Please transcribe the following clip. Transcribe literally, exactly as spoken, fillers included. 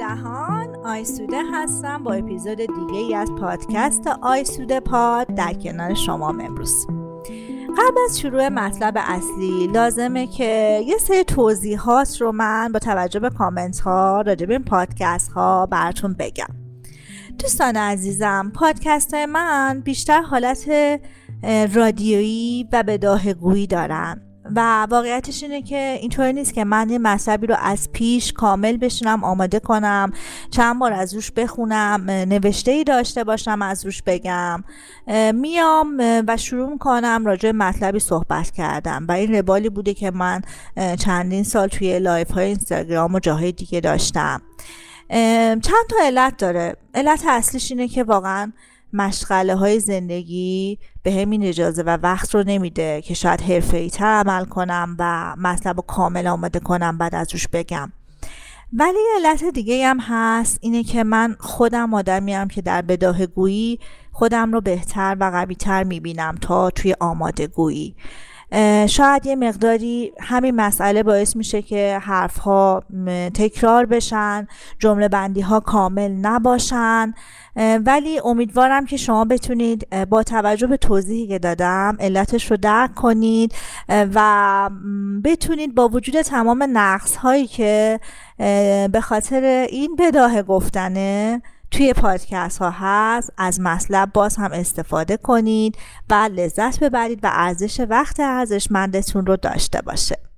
جهان، آیسوده هستم با اپیزود دیگه ای از پادکست آیسوده پاد در کنار شما امروز. قبل از شروع مطلب اصلی لازمه که یه سری توضیحات رو من با توجه به کامنت ها راجع به این پادکست ها براتون بگم. دوستان عزیزم، پادکست های من بیشتر حالت رادیویی و بداهه‌گویی دارن و واقعیتش اینه که اینطوری نیست که من یه مطلبی رو از پیش کامل بشینم آماده کنم، چند بار از روش بخونم، نوشته‌ای داشته باشم از روش بگم. میام و شروع میکنم راجع به مطلبی صحبت کردم و این روالی بوده که من چندین سال توی لایف های اینستاگرام و جاهای دیگه داشتم. چند تا علت داره. علت اصلیش اینه که واقعا مشغله های زندگی به همین اجازه و وقت رو نمیده که شاید حرفه‌ای تر عمل کنم و مطلب رو کامل آماده کنم بعد از روش بگم. ولی علت دیگه هم هست، اینه که من خودم آدمیم که در بداهه‌گویی خودم رو بهتر و قوی‌تر میبینم تا توی آماده گویی. شاید یه مقداری همین مسئله باعث میشه که حرف‌ها تکرار بشن، جمله بندی ها کامل نباشن، ولی امیدوارم که شما بتونید با توجه به توضیحی که دادم علتش رو درک کنید و بتونید با وجود تمام نقص هایی که به خاطر این بداهه گفتنه توی پادکست ها هست از مطلب باز هم استفاده کنید و لذت ببرید و ارزش وقت ارزشمندتون رو داشته باشه.